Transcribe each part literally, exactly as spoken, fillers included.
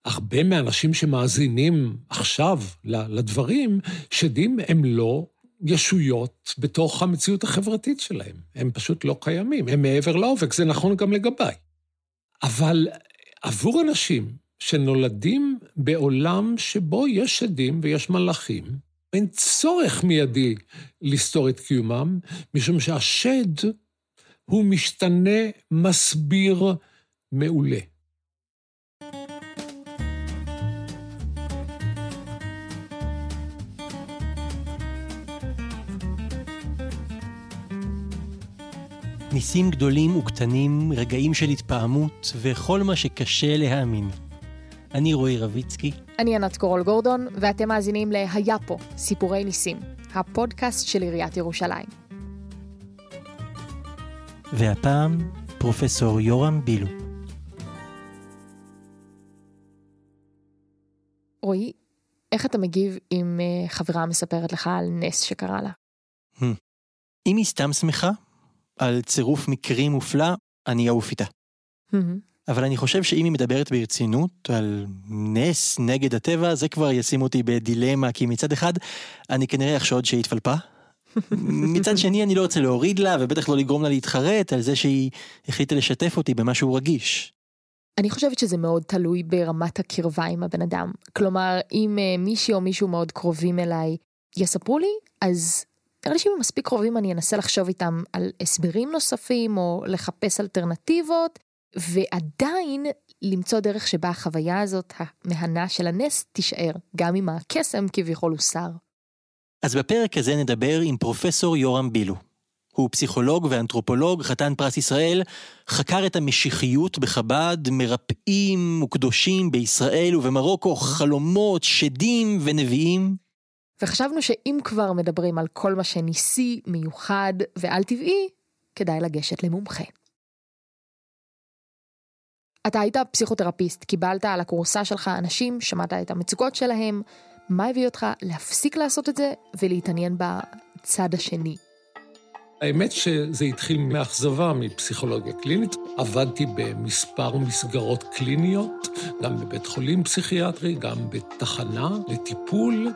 הרבה מהאנשים שמאזינים עכשיו לדברים, שדים הם לא ישויות בתוך המציאות החברתית שלהם. הם פשוט לא קיימים, הם מעבר לאופק, זה נכון גם לגביי. אבל עבור אנשים שנולדים בעולם שבו יש שדים ויש מלאכים, אין צורך מיידי לסתור את קיומם, משום שהשד הוא משתנה, מסביר, מעולה. ניסים גדולים וקטנים, רגעים של התפעמות וכל מה שקשה להאמין. אני רועי רביצקי. אני ענת קורול גורדון, ואתם מאזינים ל"היה פה, סיפורי ניסים", הפודקאסט של עיריית ירושלים. והפעם פרופסור יורם בילו. רועי, איך אתה מגיב אם חברה מספרת לך על נס שקרה לה? אם היא סתם שמחה, על צירוף מקרים מופלא, אני אעוף איתה. אבל אני חושב שאם היא מדברת ברצינות על נס נגד הטבע, זה כבר ישים אותי בדילמה, כי מצד אחד אני כנראה אחשוד שהיא התפלפה. מצד שני אני לא רוצה להוריד לה, ובטח לא לגרום לה להתחרט על זה שהיא החליטה לשתף אותי במשהו רגיש. אני חושבת שזה מאוד תלוי ברמת הקרבה עם הבן אדם. כלומר, אם מישהי או מישהו מאוד קרובים אליי יספרו לי, אז אנשים מספיק קרובים אני אנסה לחשוב איתם על הסברים נוספים, או לחפש אלטרנטיבות, ועדיין למצוא דרך שבה החוויה הזאת, המהנה של הנס, תישאר, גם אם הקסם כביכול הוא שר. אז בפרק הזה נדבר עם פרופסור יורם בילו. הוא פסיכולוג ואנתרופולוג, חתן פרס ישראל, חקר את המשיחיות בחב"ד, מרפאים וקדושים בישראל ובמרוקו, חלומות, שדים ונביאים. וחשבנו שאם כבר מדברים על כל מה שניסי, מיוחד ועל טבעי, כדאי לגשת למומחה. אתה היית פסיכותרפיסט, קיבלת על הקורסה שלך אנשים, שמעת את המצוקות שלהם, מה הביא אותך להפסיק לעשות את זה ולהתעניין בצד השני? האמת שזה התחיל מאכזבה מפסיכולוגיה קלינית. עבדתי במספר מסגרות קליניות, גם בבית חולים פסיכיאטרי, גם בתחנה לטיפול,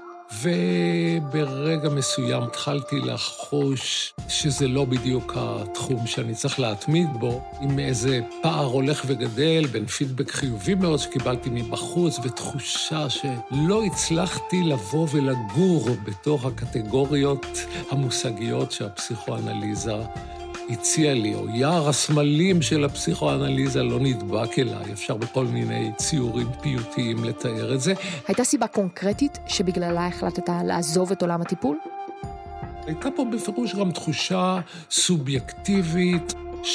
וברגע מסוים התחלתי לחוש שזה לא בדיוק התחום שאני צריך להתמיד בו, עם איזה פער הולך וגדל בין פידבק חיובי מאוד שקיבלתי מבחוץ, ותחושה שלא הצלחתי לבוא ולגור בתוך הקטגוריות המושגיות שהפסיכואנליזה הציע לי, או יער הסמלים של הפסיכואנליזה לא נדבק אליי, אפשר בכל מיני ציורים פיוטיים לתאר את זה. הייתה סיבה קונקרטית שבגללה החלטת לעזוב את עולם הטיפול? הייתה פה בפירוש גם תחושה סובייקטיבית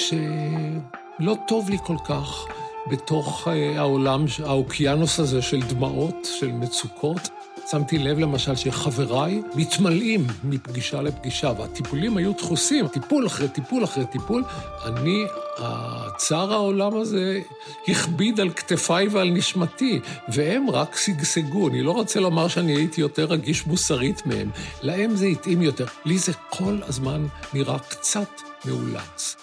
שלא טוב לי כל כך בתוך העולם, האוקיינוס הזה של דמעות, של מצוקות. שמתי לב למשל שחבריי מתמלאים מפגישה לפגישה, והטיפולים היו דחוסים, טיפול אחרי טיפול אחרי טיפול. אני, הצער העולם הזה, הכביד על כתפיי ועל נשמתי, והם רק סגסגו. אני לא רוצה לומר שאני הייתי יותר רגיש מוסרית מהם, להם זה התאים יותר. לי זה כל הזמן נראה קצת מאולץ.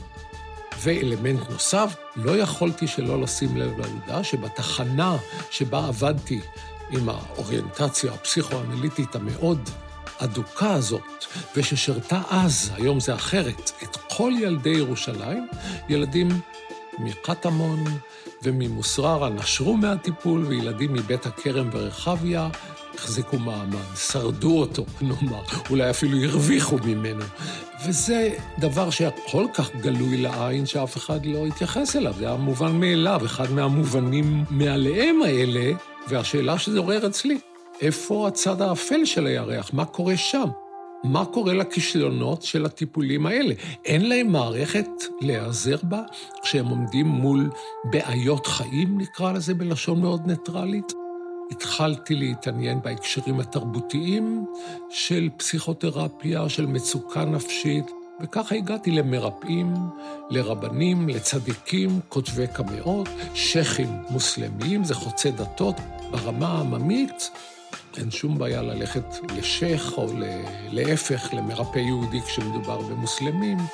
ואלמנט נוסף, לא יכולתי שלא לשים לב לעובדה שבתחנה שבה עבדתי, עם האוריינטציה הפסיכואנליטית המאוד אדוקה הזאת, וששרתה אז, היום זה אחרת, את כל ילדי ירושלים, ילדים מקטמון וממוסררה נשרו מהטיפול, וילדים מבית הכרם ורחביה החזיקו מעמד, שרדו אותו, נאמר, אולי אפילו הרוויחו ממנו. וזה דבר שהיה כל כך גלוי לעין שאף אחד לא התייחס אליו, זה היה מובן מאליו, אחד מהמובנים מעליהם האלה, והשאלה שזה עורר אצלי, איפה הצד האפל של הירח? מה קורה שם? מה קורה לכישלונות של הטיפולים האלה? אין להם מערכת להיעזר בה, כשהם עומדים מול בעיות חיים, נקרא לזה בלשון מאוד ניטרלית. התחלתי להתעניין בהקשרים התרבותיים של פסיכותרפיה, של מצוקה נפשית, וככה הגעתי למרפאים, לרבנים, לצדיקים, כותבי קמאות, שכים מוסלמיים, זה חוצה דתות. ברמה העממית אין שום בעיה ללכת לשך או להפך, למרפא יהודי כשמדובר במוסלמים.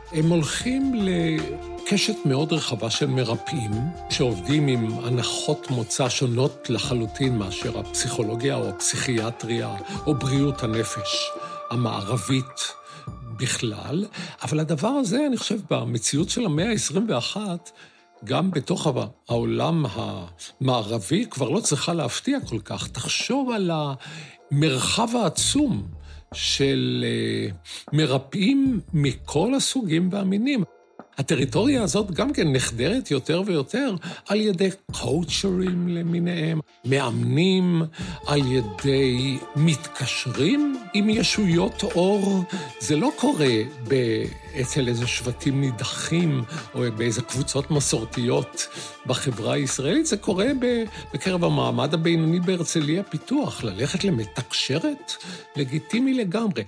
הם הולכים לקשת מאוד רחבה של מרפאים, שעובדים עם הנחות מוצא שונות לחלוטין מאשר הפסיכולוגיה או הפסיכיאטריה או בריאות הנפש המערבית בכלל. אבל הדבר הזה, אני חושב, במציאות של המאה ה-עשרים ואחת, גם בתוך העולם המערבי, כבר לא צריכה להפתיע כל כך. תחשוב על המרחב העצום של מרפאים מכל הסוגים והמינים. הטריטוריה הזאת גם כן נחדרת יותר ויותר על ידי קואוצ'רים למיניהם, מאמנים, על ידי מתקשרים עם ישויות אור. זה לא קורה אצל איזה שבטים נידחים או באיזה קבוצות מסורתיות בחברה הישראלית, זה קורה בקרב המעמד הבינוני בהרצליה פיתוח. ללכת למתקשרת לגיטימי לגמרי.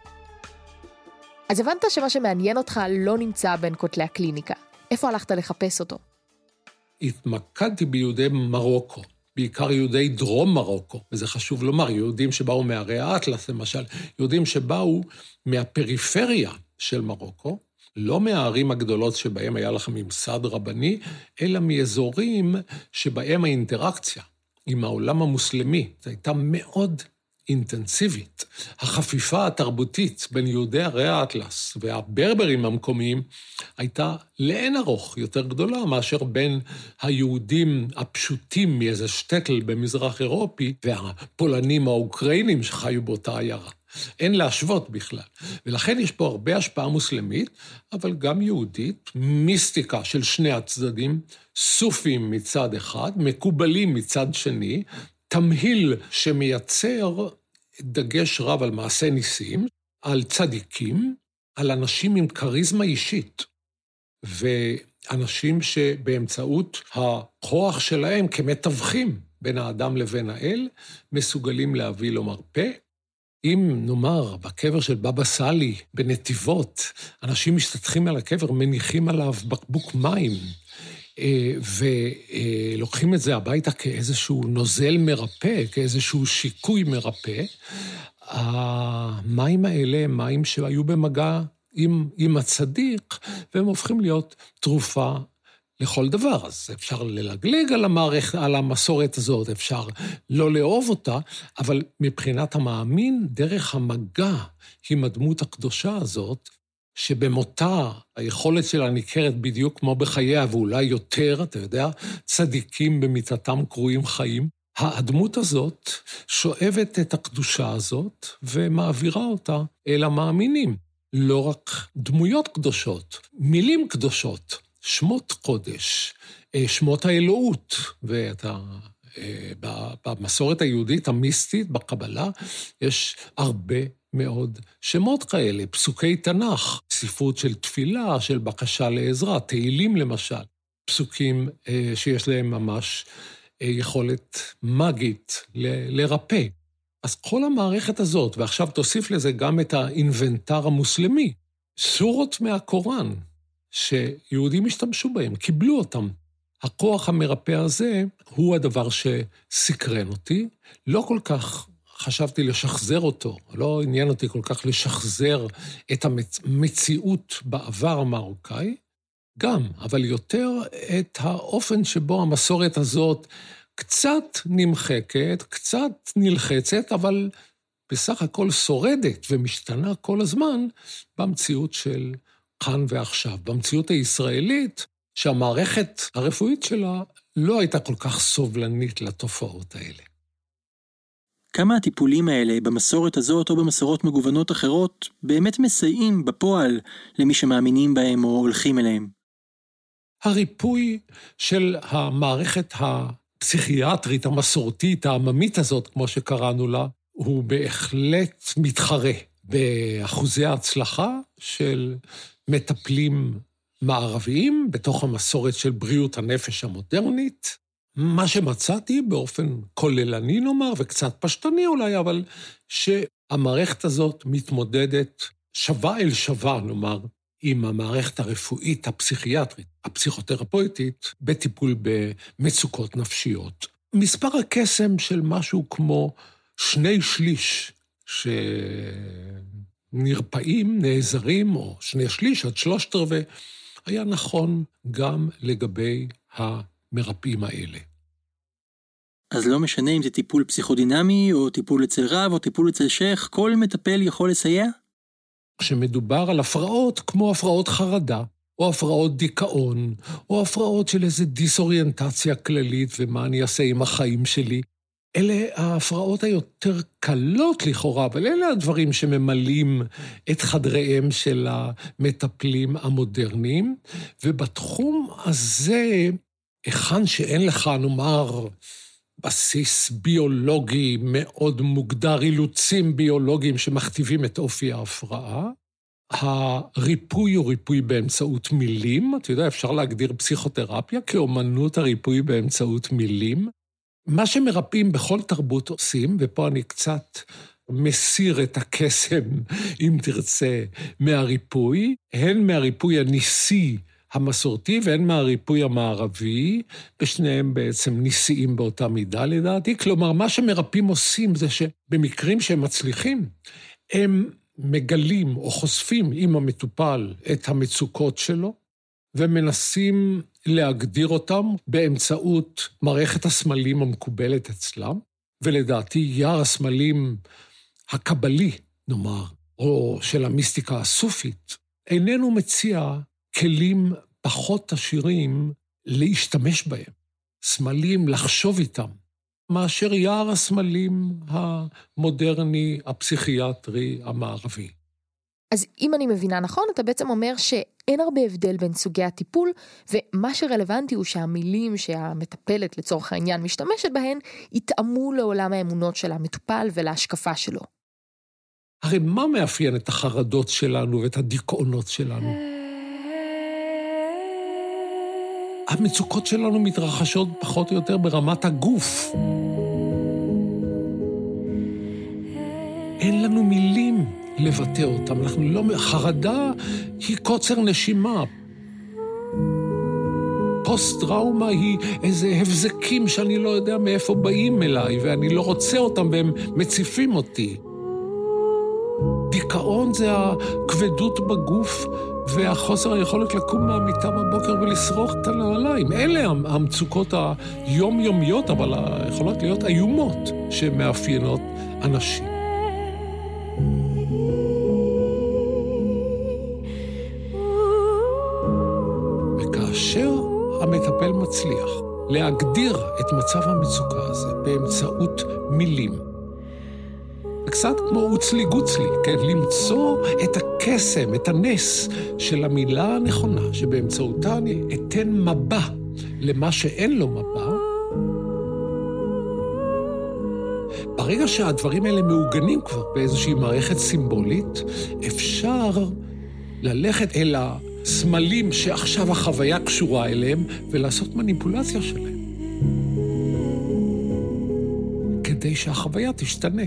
אז הבנת שמה שמעניין אותך לא נמצא בין כותלי הקליניקה. איפה הלכת לחפש אותו? התמקדתי ביהודי מרוקו, בעיקר יהודי דרום מרוקו, וזה חשוב לומר, יהודים שבאו מהרי האטלס, למשל, יהודים שבאו מהפריפריה של מרוקו, לא מהערים הגדולות שבהם היה לך ממסד רבני, אלא מאזורים שבהם האינטראקציה עם העולם המוסלמי, זו הייתה מאוד אינטנסיבית. החפיפה התרבותית בין יהודי הרי האטלס והברברים המקומיים הייתה לאין ארוך יותר גדולה מאשר בין היהודים הפשוטים מאיזה שטטל במזרח אירופי והפולנים האוקראינים שחיו באותה עיירה. אין להשוות בכלל. ולכן יש פה הרבה השפעה מוסלמית, אבל גם יהודית, מיסטיקה של שני הצדדים, סופים מצד אחד, מקובלים מצד שני, תמהיל שמייצר דגש רב על מעשה ניסים, על צדיקים, על אנשים עם קריזמה אישית, ואנשים שבאמצעות הכוח שלהם כמתווכים בין האדם לבין האל, מסוגלים להביא לו מרפא. אם נאמר, בקבר של בבא סאלי בנתיבות, אנשים משתתחים על הקבר, מניחים עליו בקבוק מים, ולוקחים את זה הביתה כאיזשהו נוזל מרפא, כאיזשהו שיקוי מרפא, המים האלה הם מים שהיו במגע עם, עם הצדיק, והם הופכים להיות תרופה לכל דבר. אז אפשר ללגלג על המערכת, על המסורת הזאת, אפשר לא לאהוב אותה, אבל מבחינת המאמין, דרך המגע עם הדמות הקדושה הזאת, שבמותה היכולת שלה ניכרת בדיוק כמו בחייה, ואולי יותר, אתה יודע, צדיקים במיתתם קרויים חיים. הדמות הזאת שואבת את הקדושה הזאת ומעבירה אותה אל המאמינים. לא רק דמויות קדושות, מילים קדושות, שמות קודש, שמות האלוהות, ואתה... במסורת היהודית המיסטית, בקבלה, יש הרבה מאוד שמות כאלה, פסוקי תנ"ך, ספרות של תפילה, של בקשה לעזרה, תהילים למשל, פסוקים שיש להם ממש יכולת מגית ל- לרפא. אז כל המערכת הזאת, ועכשיו תוסיף לזה גם את האינבנטר המוסלמי, סורות מהקוראן, שיהודים השתמשו בהם, קיבלו אותם. הכוח המרפא הזה הוא הדבר שסקרן אותי, לא כל כך חשבתי לשחזר אותו, לא עניין אותי כל כך לשחזר את המציאות בעבר המרוקאי, גם, אבל יותר את האופן שבו המסורת הזאת קצת נמחקת, קצת נלחצת, אבל בסך הכל שורדת ומשתנה כל הזמן במציאות של כאן ועכשיו, במציאות הישראלית, שהמערכת הרפואית שלה לא הייתה כל כך סובלנית לתופעות האלה. כמה הטיפולים האלה במסורת הזאת או במסורות מגוונות אחרות באמת מסייעים בפועל למי שמאמינים בהם או הולכים אליהם? הריפוי של המערכת הפסיכיאטרית המסורתית, העממית הזאת, כמו שקראנו לה, הוא בהחלט מתחרה באחוזי ההצלחה של מטפלים מערביים בתוך המסורת של בריאות הנפש המודרנית. מה שמצאתי באופן כוללני נאמר, וקצת פשטני אולי, אבל שהמערכת הזאת מתמודדת שווה אל שווה, נאמר, עם המערכת הרפואית, הפסיכיאטרית, הפסיכותרפויטית, בטיפול במצוקות נפשיות. מספר הקסם של משהו כמו שני שליש נרפאים, נעזרים, או שני שליש עד שלושת רבעי, היה נכון גם לגבי המרפאים האלה. אז לא משנה אם זה טיפול פסיכודינמי, או טיפול אצל רב, או טיפול אצל שייך, כל מטפל יכול לסייע? כשמדובר על הפרעות כמו הפרעות חרדה, או הפרעות דיכאון, או הפרעות של איזו דיסאוריינטציה כללית, ומה אני אעשה עם החיים שלי, אלה ההפרעות היותר קלות לכאורה, אבל אלה הדברים שממלאים את חדריהם של המטפלים המודרניים, ובתחום הזה, היכן שאין לך, נאמר, בסיס ביולוגי מאוד מוגדר, אילוצים ביולוגיים שמכתיבים את אופי ההפרעה, הריפוי הוא ריפוי באמצעות מילים, אתה יודע, אפשר להגדיר פסיכותרפיה כאומנות הריפוי באמצעות מילים. מה שמרפאים בכל תרבות עושים, ופה אני קצת מסיר את הקסם, אם תרצה, מהריפוי, הן מהריפוי הניסי המסורתי והן מהריפוי המערבי, בשניהם בעצם ניסיים באותה מידה לדעתי, כלומר מה שמרפאים עושים זה שבמקרים שהם מצליחים, הם מגלים או חושפים עם המטופל את המצוקות שלו, ומנסים להגדיר אותם באמצעות מערכת הסמלים המקובלת אצלם, ולדעתי יער הסמלים הקבלי, נאמר, או של המיסטיקה הסופית, איננו מציע כלים פחות עשירים להשתמש בהם, סמלים לחשוב איתם, מאשר יער הסמלים המודרני, הפסיכיאטרי, המערבי. אז אם אני מבינה נכון, אתה בעצם אומר שאין הרבה הבדל בין סוגי הטיפול, ומה שרלוונטי הוא שהמילים שהמטפלת לצורך העניין משתמשת בהן, יתאמו לעולם האמונות של המטופל ולהשקפה שלו. הרי מה מאפיין את החרדות שלנו ואת הדיכאונות שלנו? המצוקות שלנו מתרחשות פחות או יותר ברמת הגוף. אין לנו מילים לבטא אותם, אנחנו לא... חרדה היא קוצר נשימה. פוסט-טראומה היא איזה הבזקים שאני לא יודע מאיפה באים אליי, ואני לא רוצה אותם והם מציפים אותי. דיכאון זה הכבדות בגוף, והחוסר היכולת לקום מהמיטה בבוקר ולשרוך את הנעליים. אלה המצוקות היומיומיות, אבל יכולות להיות איומות שמאפיינות אנשים. וכאשר המטפל מצליח להגדיר את מצב המצוקה הזה באמצעות מילים, קצת כמו אוצלי גוצלי, כן? למצוא את הקסם, את הנס של המילה הנכונה, שבאמצעותה אני אתן מבע למה שאין לו מבע. ברגע שהדברים האלה מעוגנים כבר באיזושהי מערכת סימבולית, אפשר ללכת אל הסמלים שעכשיו החוויה קשורה אליהם, ולעשות מניפולציה שלהם. כדי שהחוויה תשתנה.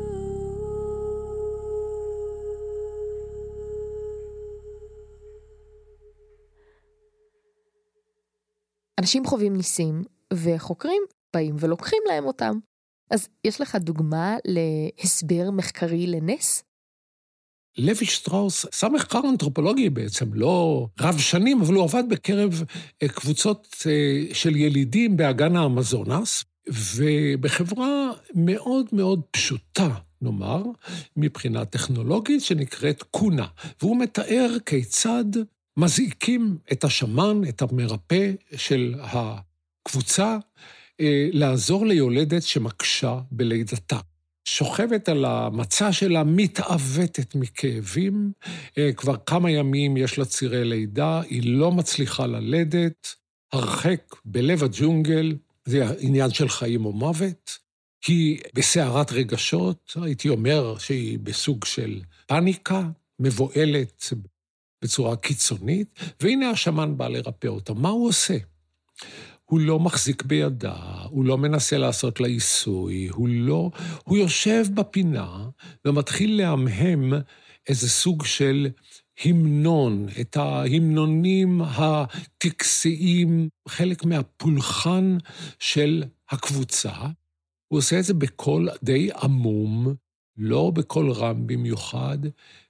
אנשים חווים ניסים, וחוקרים באים ולוקחים להם אותם. אז יש לך דוגמה להסבר מחקרי לנס? לוי שטראוס עשה מחקר אנתרופולוגי בעצם, לא רב שנים, אבל הוא עבד בקרב קבוצות של ילידים באגן האמזונס, ובחברה מאוד מאוד פשוטה, נאמר, מבחינה טכנולוגית שנקראת קונה, והוא מתאר כיצד מזעיקים את השמן, את המרפא של הקבוצה, לעזור ליולדת שמקשה בלידתה. שוכבת על המצע שלה, מתעוותת מכאבים, כבר כמה ימים יש לה צירי לידה, היא לא מצליחה ללדת, הרחק בלב הג'ונגל, זה עניין של חיים או מוות, היא בסערת רגשות, הייתי אומר שהיא בסוג של פאניקה, מבועלת בצורה קיצונית, והנה השמן בא לרפא אותה. מה הוא עושה? הוא לא מחזיק בידה, הוא לא מנסה לעשות לה עיסוי, הוא לא, הוא יושב בפינה ומתחיל להמהם איזה סוג של המנון, את ההמנונים הטקסיים, חלק מהפולחן של הקבוצה. הוא עושה את זה בקול די עמום, לא בקול רם במיוחד,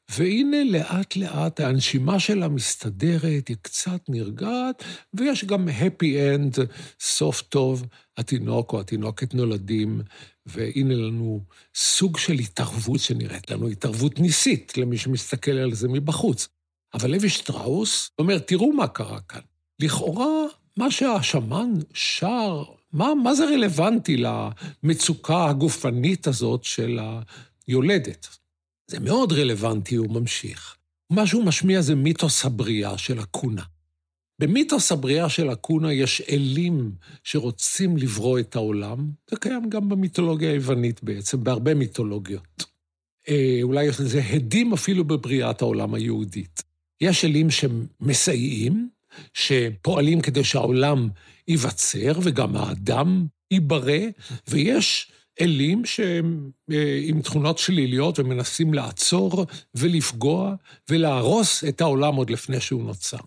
והנה לאט לאט הנשימה שלה מסתדרת, היא קצת נרגעת, ויש גם happy end, סוף טוב, התינוק או התינוקת נולדים, והנה לנו סוג של התערבות שנראית לנו, התערבות ניסית למי שמסתכל על זה מבחוץ. אבל לוי שטראוס אומר, תראו מה קרה כאן. לכאורה, מה שהשמן שר, מה, מה זה רלוונטי למצוקה הגופנית הזאת של היולדת? זה מאוד רלוונטי, הוא ממשיך. מה שהוא משמיע זה מיתוס הבריאה של הקונה. במיתוס הבריאה של הקונה יש אלים שרוצים לברוא את העולם, זה קיים גם במיתולוגיה היוונית בעצם, בהרבה מיתולוגיות. אה, אולי יש לזה הדים אפילו בבריאת העולם היהודית. יש אלים שמסייעים, שפועלים כדי שהעולם ייווצר, וגם האדם ייברא, ויש אלים שהם עם תכונות שליליות ומנסים לעצור ולפגוע ולהרוס את העולם עוד לפני שהוא נוצר.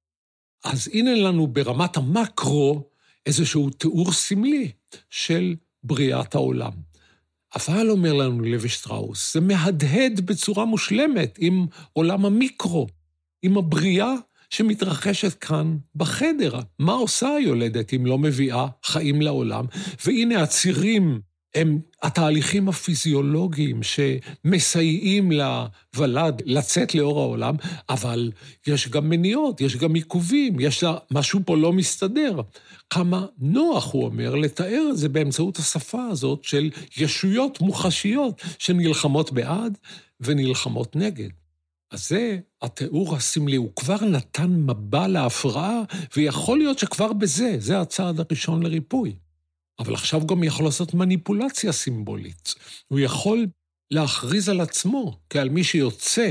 אז הנה לנו ברמת המקרו איזשהו תיאור סמלי של בריאת העולם. אבל אומר לנו לוי שטראוס, זה מהדהד בצורה מושלמת עם עולם המיקרו, עם הבריאה שמתרחשת כאן בחדר. מה עושה היולדת אם לא מביאה חיים לעולם? והנה הצירים הם התהליכים הפיזיולוגיים שמסייעים לוולד לצאת לאור העולם, אבל יש גם מניעות, יש גם עיכובים, יש לה, משהו פה לא מסתדר. כמה נוח, הוא אומר, לתאר את זה באמצעות השפה הזאת של ישויות מוחשיות שנלחמות בעד ונלחמות נגד. אז זה התיאור הסמלי, הוא כבר נתן מבע להפרעה, ויכול להיות שכבר בזה, זה הצעד הראשון לריפוי. אבל עכשיו גם יכול לעשות מניפולציה סימבולית. הוא יכול להכריז על עצמו כעל מי שיוצא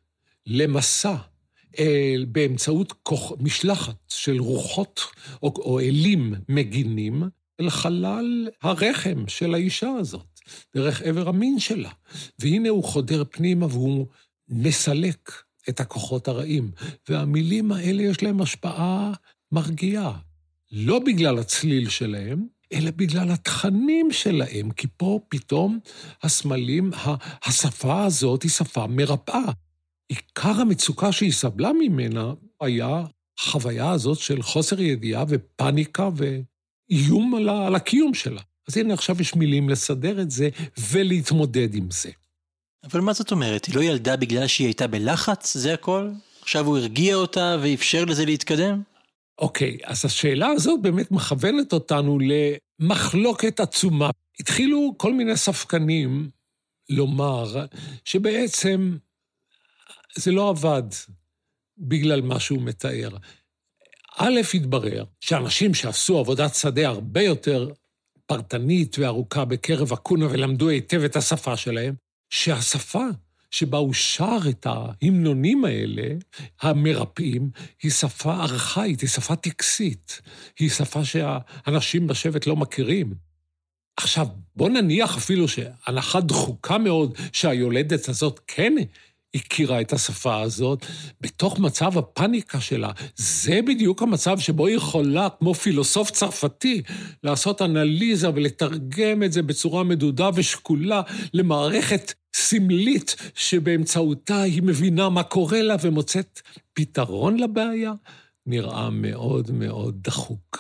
למסע אל, באמצעות כוח, משלחת של רוחות או, או אלים מגינים אל חלל הרחם של האישה הזאת, דרך עבר המין שלה. והנה הוא חודר פנימה והוא מסלק את הכוחות הרעים. והמילים האלה יש להם השפעה מרגיעה. לא בגלל הצליל שלהם, אלא בגלל התכנים שלהם, כי פה פתאום הסמלים, השפה הזאת היא שפה מרפאה. עיקר המצוקה שהיא סבלה ממנה היה החוויה הזאת של חוסר ידיעה ופניקה ואיום על, על הקיום שלה. אז הנה עכשיו יש מילים לסדר את זה ולהתמודד עם זה. אבל מה זאת אומרת? היא לא ילדה בגלל שהיא הייתה בלחץ? זה הכל? עכשיו הוא הרגיע אותה ואפשר לזה להתקדם? אוקיי, אז השאלה הזאת באמת מכוונת אותנו למחלוקת עצומה. התחילו כל מיני ספקנים לומר שבעצם זה לא עבד בגלל מה שהוא מתאר. א', התברר שאנשים שעשו עבודת שדה הרבה יותר פרטנית וארוכה בקרב הקונה ולמדו היטב את השפה שלהם, שהשפה שבה הוא שר את ההמנונים האלה, המרפאים, היא שפה ארכאית, היא שפה טקסית, היא שפה שהאנשים בשבט לא מכירים. עכשיו, בוא נניח אפילו שהנחה דחוקה מאוד שהיולדת הזאת כן הכירה את השפה הזאת, בתוך מצב הפניקה שלה, זה בדיוק המצב שבו היא יכולה, כמו פילוסוף צרפתי, לעשות אנליזה ולתרגם את זה בצורה מדודה ושקולה למערכת סמלית שבאמצעותה היא מבינה מה קורה לה ומוצאת פתרון לבעיה, נראה מאוד מאוד דחוק.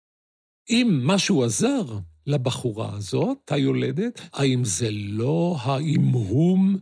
אם משהו עזר לבחורה הזאת, היולדת, האם זה לא האמהום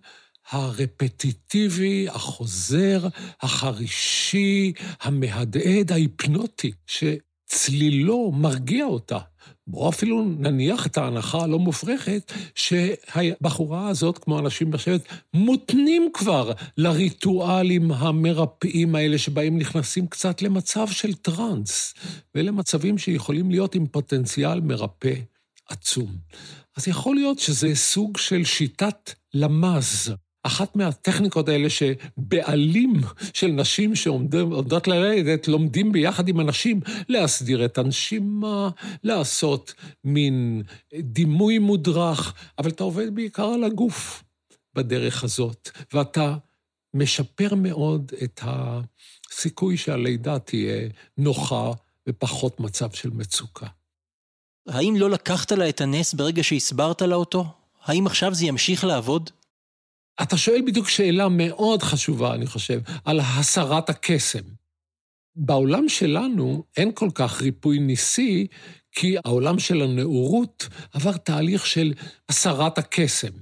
הרפטיטיבי, החוזר, החרישי, המהדהד, ההיפנוטי, שצלילו מרגיע אותה. בואו אפילו נניח את ההנחה הלא מופרכת, שהבחורה הזאת, כמו אנשים בשבט, מותנים כבר לריטואלים המרפאים האלה, שבהם נכנסים קצת למצב של טרנס, ולמצבים שיכולים להיות עם פוטנציאל מרפא עצום. אז יכול להיות שזה סוג של שיטת למז, אחת מהטכניקות האלה שבעלים של נשים שעומדות ללדת, לומדים ביחד עם אנשים להסדיר את הנשימה, לעשות מין דימוי מודרך, אבל אתה עובד בעיקר על הגוף בדרך הזאת, ואתה משפר מאוד את הסיכוי שהלידה תהיה נוחה ופחות מצב של מצוקה. האם לא לקחת לה את הנס ברגע שהסברת לה אותו? האם עכשיו זה ימשיך לעבוד? אתה שואל בדיוק שאלה מאוד חשובה, אני חושב, על הסרת הקסם. בעולם שלנו אין כל כך ריפוי ניסי, כי העולם של הנאורות עבר תהליך של הסרת הקסם.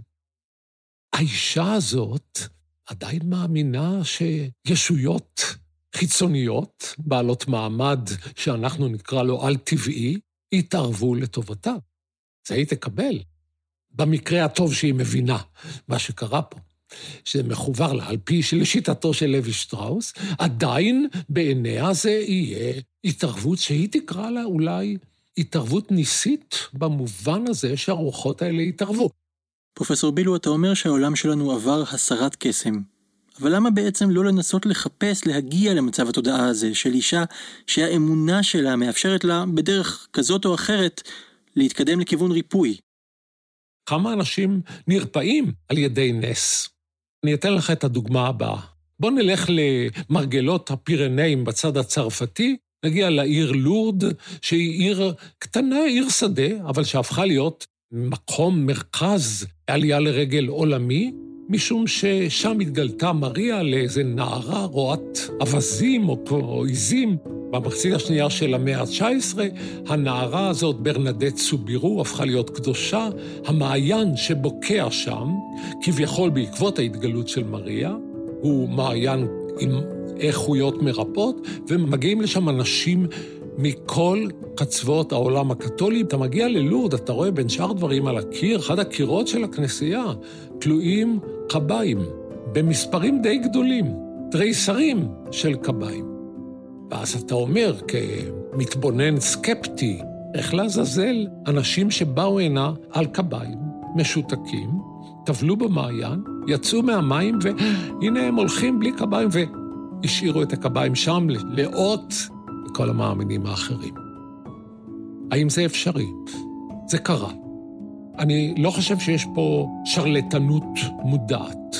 האישה הזאת עדיין מאמינה שישויות חיצוניות, בעלות מעמד שאנחנו נקרא לו על טבעי, יתערבו לטובתה. זה היא תקבל. במקרה הטוב שהיא מבינה מה שקרה פה, שזה מחובר לה, על פי לשיטתו של לוי שטראוס, עדיין בעיניה זה יהיה התערבות שהיא תקרא לה אולי התערבות ניסית במובן הזה שהרוחות האלה יתערבו. פרופסור בילו, אתה אומר שהעולם שלנו עבר הסרת קסם. אבל למה בעצם לא לנסות לחפש, להגיע למצב התודעה הזה של אישה שהאמונה שלה מאפשרת לה בדרך כזאת או אחרת להתקדם לכיוון ריפוי? כמה אנשים נרפאים על ידי נס. אני אתן לך את הדוגמה הבאה. בוא נלך למרגלות הפירנאים בצד הצרפתי, נגיע לעיר לורד, שהיא עיר קטנה, עיר שדה, אבל שהפכה להיות מקום מרכז עלייה לרגל עולמי, משום ששם התגלתה מריה לאיזה נערה רואת אבזים או עיזים. במחצית השנייה של המאה ה-תשע עשרה, הנערה הזאת, ברנדט סובירו, הפכה להיות קדושה. המעיין שבוקע שם, כביכול בעקבות ההתגלות של מריה, הוא מעיין עם איכויות מרפאות, ומגיעים לשם אנשים מכל קצוות העולם הקתולי. אתה מגיע ללורד, אתה רואה בין שאר דברים על הקיר, אחד הקירות של הכנסייה, תלויים קביים, במספרים די גדולים, תריסרים של קביים. ואז אתה אומר, כמתבונן סקפטי, איך לעזאזל אנשים שבאו הנה על קביים, משותקים, טבלו במעיין, יצאו מהמים, והנה הם הולכים בלי קביים, והשאירו את הקביים שם לאות וכל המאמינים האחרים. האם זה אפשרי? זה קרה. אני לא חושב שיש פה שרלטנות מודעת.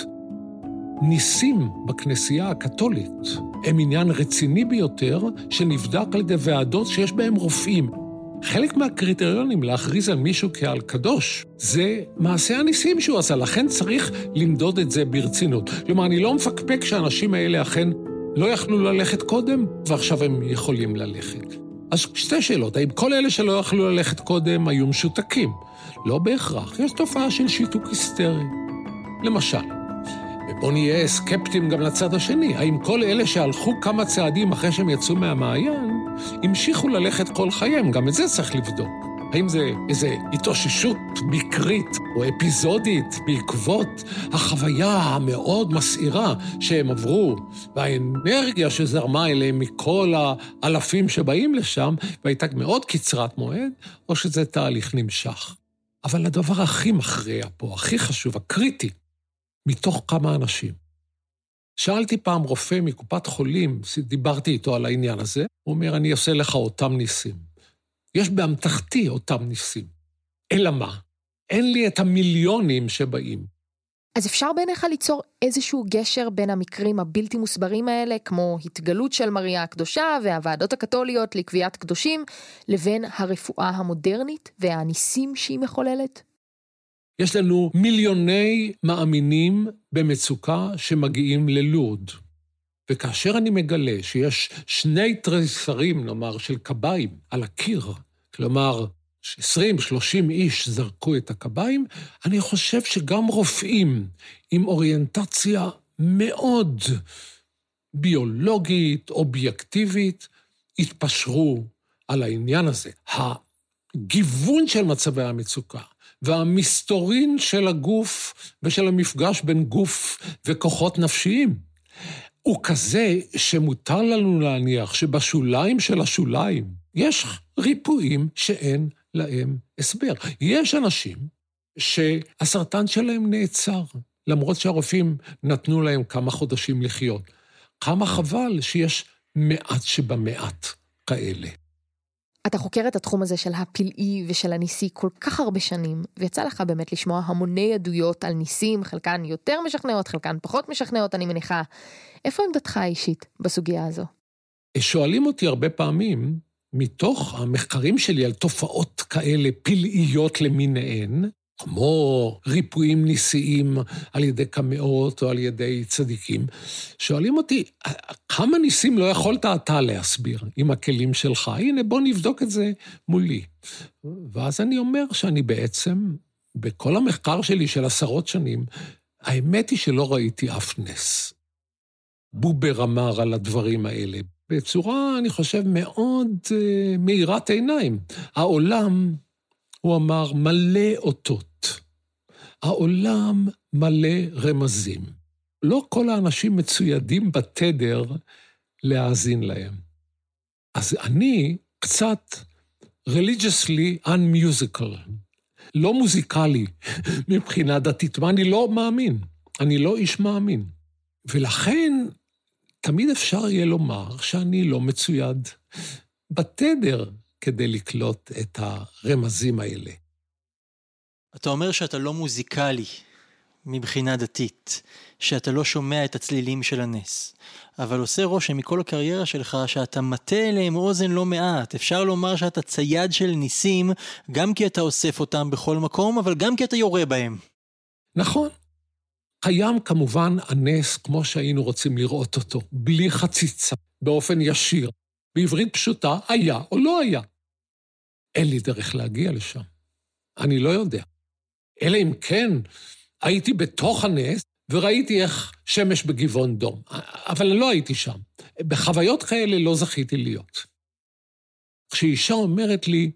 ניסים בכנסייה הקתולית הם עניין רציני ביותר שנבדק על ידי ועדות שיש בהם רופאים. חלק מהקריטריונים להכריז על מישהו כעל קדוש זה מעשה הניסים שהוא עשה, לכן צריך למדוד את זה ברצינות. כלומר, אני לא מפקפק שהאנשים האלה אכן לא יכלו ללכת קודם, ועכשיו הם יכולים ללכת. אז שתי שאלות, האם כל אלה שלא יכלו ללכת קודם היו משותקים? לא בהכרח, יש תופעה של שיתוק היסטרי. למשל, ובוא נהיה סקפטיים גם לצד השני, האם כל אלה שהלכו כמה צעדים אחרי שהם יצאו מהמעיין, המשיכו ללכת כל חייהם, גם את זה צריך לבדוק. האם זה איזו התאוששות מקרית או אפיזודית בעקבות החוויה המאוד מסעירה שהם עברו, והאנרגיה שזרמה אליהם מכל האלפים שבאים לשם, והייתה מאוד קצרת מועד, או שזה תהליך נמשך. אבל הדבר הכי מכריע פה, הכי חשוב, הקריטי, מתוך כמה אנשים. שאלתי פעם רופא מקופת חולים, דיברתי איתו על העניין הזה, הוא אומר, אני עושה לך אותם ניסים. יש באמתחתי אותם ניסים. אלא מה? אין לי את המיליונים שבאים. אז אפשר בעיניך ליצור איזשהו גשר בין המקרים הבלתי מוסברים האלה, כמו התגלות של מריה הקדושה והוועדות הקתוליות לקביעת קדושים, לבין הרפואה המודרנית והניסים שהיא מחוללת? יש לנו מיליוני מאמינים במצוקה שמגיעים ללוד. וכאשר אני מגלה שיש שני תריסרים, נאמר, של קביים על הקיר, כלומר, עשרים שלושים איש זרקו את הקביים, אני חושב שגם רופאים עם אוריינטציה מאוד ביולוגית, אובייקטיבית, התפשרו על העניין הזה. הגיוון של מצבי המצוקה, והמסתורין של הגוף ושל המפגש בין גוף וכוחות נפשיים, הוא כזה שמותר לנו להניח שבשוליים של השוליים יש ריפויים שאין להם הסבר. יש אנשים שהסרטן שלהם נעצר, למרות שהרופאים נתנו להם כמה חודשים לחיות. כמה חבל שיש מעט שבמעט כאלה. אתה חוקר את התחום הזה של הפלאי ושל הניסי כל כך הרבה שנים, ויצא לך באמת לשמוע המוני עדויות על ניסים, חלקן יותר משכנעות, חלקן פחות משכנעות, אני מניחה. איפה עמדתך האישית בסוגיה הזו? שואלים אותי הרבה פעמים, מתוך המחקרים שלי על תופעות כאלה פלאיות למיניהן, כמו ריפויים ניסיים על ידי קמאות או על ידי צדיקים, שואלים אותי, כמה ניסים לא יכולת אתה להסביר עם הכלים שלך? הנה, בוא נבדוק את זה מולי. ואז אני אומר שאני בעצם, בכל המחקר שלי של עשרות שנים, האמת היא שלא ראיתי אף נס. בובר אמר על הדברים האלה, בצורה, אני חושב, מאוד uh, מאירת עיניים. העולם, הוא אמר, מלא אותות. העולם מלא רמזים. לא כל האנשים מצוידים בתדר להאזין להם. אז אני קצת religiously unmusical, לא מוזיקלי מבחינה דתית, ואני לא מאמין, אני לא איש מאמין. ולכן תמיד אפשר יהיה לומר שאני לא מצויד בתדר כדי לקלוט את הרמזים האלה. אתה אומר שאתה לא מוזיקלי מבחינה דתית, שאתה לא שומע את הצלילים של הנס, אבל עושה רושם מכל הקריירה שלך שאתה מטה אליהם אוזן לא מעט. אפשר לומר שאתה צייד של ניסים, גם כי אתה אוסף אותם בכל מקום, אבל גם כי אתה יורה בהם. נכון. קיים כמובן הנס כמו שהיינו רוצים לראות אותו, בלי חציצה, באופן ישיר. בעברית פשוטה, היה או לא היה. אין לי דרך להגיע לשם. אני לא יודע. אלא אם כן, הייתי בתוך הנס, וראיתי איך שמש בגבעון דום. אבל לא הייתי שם. בחוויות כאלה לא זכיתי להיות. כשאישה אומרת לי,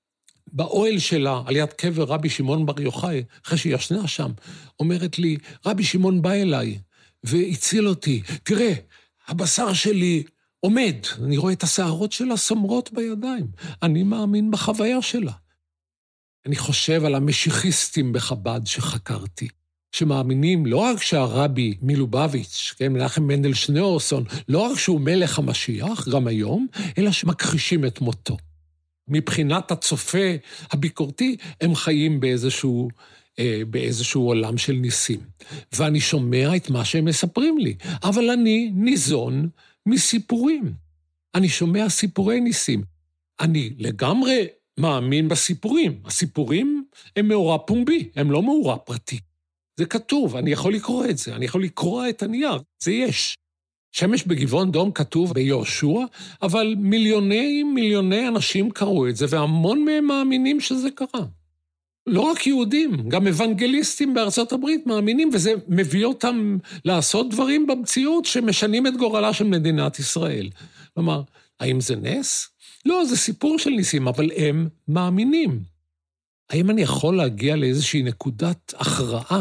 באוהל שלה, על יד קבר רבי שמעון בר יוחאי, אחרי שהיא ישנה שם, אומרת לי, רבי שמעון בא אליי, והציל אותי. תראה, הבשר שלי עומד, אני רואה את השערות שלה סומרות בידיים. אני מאמין בחוויה שלה. אני חושב על המשיחיסטים בחב"ד שחקרתי, שמאמינים לא רק שהרבי מלובביץ', כן, מנחם מנדל שניאורסון, לא רק שהוא מלך המשיח, גם היום, אלא שמכחישים את מותו. מבחינת הצופה הביקורתי, הם חיים באיזשהו, אה, באיזשהו עולם של ניסים. ואני שומע את מה שהם מספרים לי, אבל אני ניזון מסיפורים. אני שומע סיפורי ניסים. אני לגמרי מאמין בסיפורים. הסיפורים הם מאורע פומבי, הם לא מאורע פרטי. זה כתוב, אני יכול לקרוא את זה, אני יכול לקרוא את הנייר, זה יש. שמש בגבעון דום כתוב ביהושע, אבל מיליוני מיליוני אנשים קראו את זה, והמון מהם מאמינים שזה קרה. לא רק יהודים, גם אוונגליסטים בארצות הברית מאמינים, וזה מביא אותם לעשות דברים במציאות שמשנים את גורלה של מדינת ישראל. כלומר, האם זה נס? לא, זה סיפור של ניסים, אבל הם מאמינים. האם אני יכול להגיע לאיזושהי נקודת הכרעה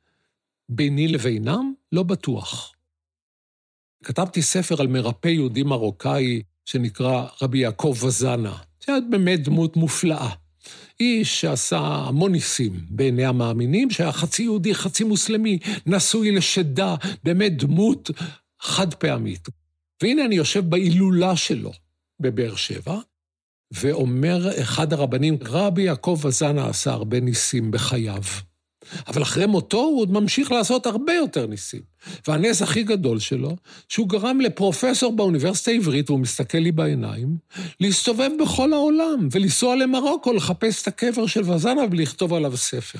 ביני לבינם? לא בטוח. כתבתי ספר על מרפא יהודי מרוקאי שנקרא רבי יעקב וזנה. זה באמת דמות מופלאה. איש שעשה המון ניסים בעיני המאמינים, שהיה חצי יהודי, חצי מוסלמי, נשוי לשדה, באמת דמות חד פעמית. והנה אני יושב בהילולה שלו בבאר שבע, ואומר אחד הרבנים, רבי יעקב וזנה עשה הרבה ניסים בחייו. אבל אחרי מותו הוא עוד ממשיך לעשות הרבה יותר ניסים. והנס הכי גדול שלו, שהוא גרם לפרופסור באוניברסיטה העברית, והוא מסתכל לי בעיניים, להסתובב בכל העולם, ולנסוע למרוקו, לחפש את הקבר של וזנה, ולכתוב עליו ספר.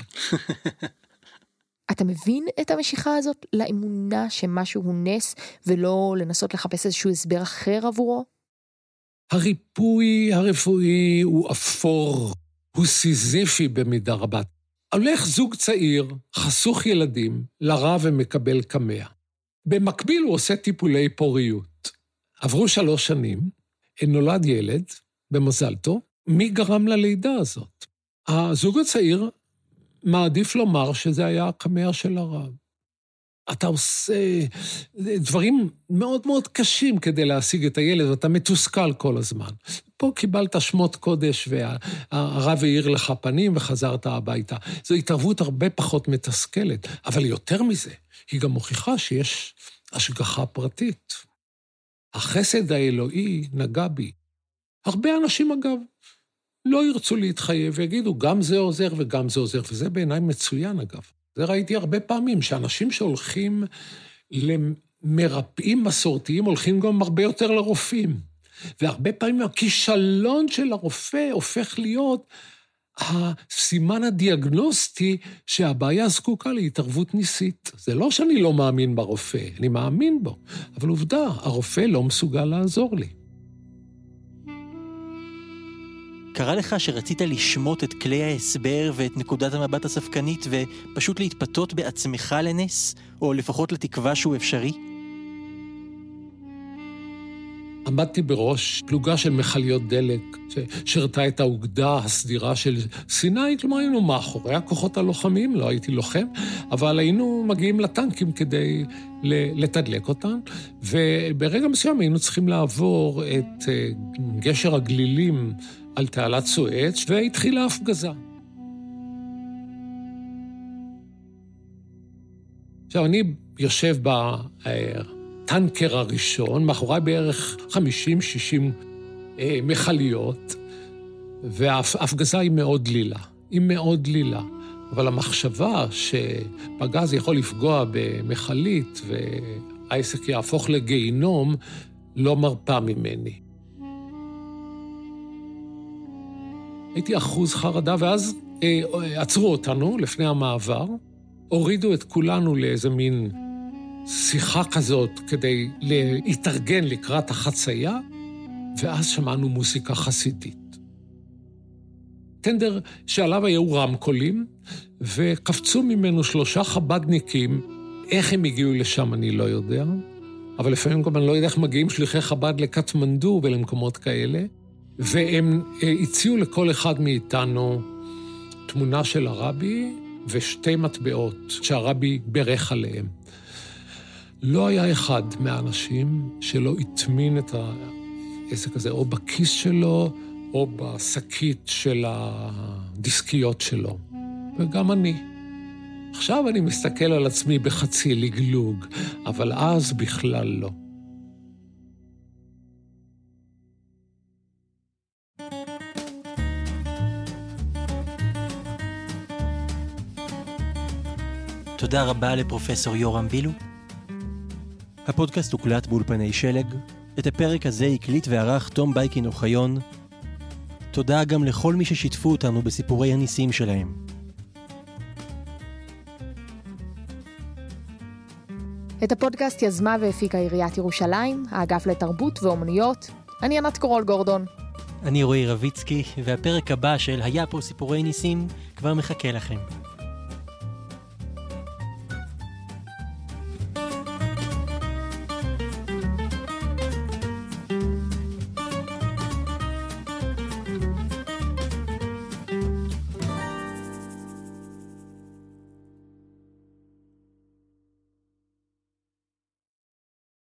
אתה מבין את המשיכה הזאת לאמונה שמשהו הוא נס, ולא לנסות לחפש איזשהו הסבר אחר עבורו? הריפוי הרפואי הוא אפור, הוא סיזיפי במידה רבה. הולך זוג צעיר, חסוך ילדים, לרב ומקבל קמע. במקביל הוא עושה טיפולי פוריות. עברו שלוש שנים, נולד ילד, במזל טוב, מי גרם ללידה הזאת? הזוג הצעיר מעדיף לומר שזה היה הקמע של הרב. אתה עושה דברים מאוד מאוד קשים כדי להשיג את הילד, ואתה מתוסכל כל הזמן. פה קיבלת שמות קודש, והרב העיר לך פנים וחזרת הביתה. זו התערבות הרבה פחות מתסכלת, אבל יותר מזה, היא גם מוכיחה שיש השגחה פרטית. החסד האלוהי נגע בי. הרבה אנשים אגב לא ירצו להתחייב ויגידו, גם זה עוזר וגם זה עוזר, וזה בעיניי מצוין אגב. זה ראיתי הרבה פעמים, שאנשים שהולכים למרפאים מסורתיים, הולכים גם הרבה יותר לרופאים. והרבה פעמים הכישלון של הרופא הופך להיות הסימן הדיאגנוסטי שהבעיה זקוקה להתערבות ניסית. זה לא שאני לא מאמין ברופא, אני מאמין בו, אבל עובדה, הרופא לא מסוגל לעזור לי. קרה לך שרצית לשמוט את כלי ההסבר ואת נקודת המבט הספקנית ופשוט להתפתות בעצמך לנס, או לפחות לתקווה שהוא אפשרי? עמדתי בראש פלוגה של מכליות דלק, ששרתה את האוגדה הסדירה של סיני, כלומר היינו מאחורי הכוחות הלוחמים, לא הייתי לוחם, אבל היינו מגיעים לטנקים כדי לתדלק אותם, וברגע מסוים היינו צריכים לעבור את גשר הגלילים על תעלת סואץ, והתחילה הפגזה. עכשיו, אני יושב ב... טנקר הראשון, מאחורי בערך חמישים שישים אה, מכליות, וההפגזה היא מאוד דלילה. היא מאוד דלילה. אבל המחשבה שפגז יכול לפגוע במכלית והעסק יהפוך לגיהינום, לא מרפה ממני. הייתי אחוז חרדה, ואז אה, עצרו אותנו לפני המעבר, הורידו את כולנו לאיזה מין שיחה כזאת כדי להתארגן לקראת החצייה, ואז שמענו מוזיקה חסידית. טנדר שעליו היו רמקולים, וקפצו ממנו שלושה חבדניקים. איך הם הגיעו לשם אני לא יודע, אבל לפעמים גם אני לא יודע איך מגיעים שליחי חב"ד לקטמנדו ולמקומות כאלה, והם הציעו לכל אחד מאיתנו תמונה של הרבי ושתי מטבעות שהרבי ברך עליהם. לא היה אחד מהאנשים שלא התמין את העסק הזה, או בכיס שלו, או בשקית של הדיסקיות שלו. וגם אני. עכשיו אני מסתכל על עצמי בחצי לגלוג, אבל אז בכלל לא. תודה רבה לפרופסור יורם בילו. הפודקאסט הוקלט באולפני שלג. את הפרק הזה הקליט וערך תום בייקין אוחיון. תודה גם לכל מי ששיתפו אותנו בסיפורי הניסים שלהם. את הפודקאסט יזמה והפיקה עיריית ירושלים, האגף לתרבות ואומנויות. אני ענת קורול גורדון. אני רועי רביצקי, והפרק הבא של היה פה סיפורי ניסים כבר מחכה לכם.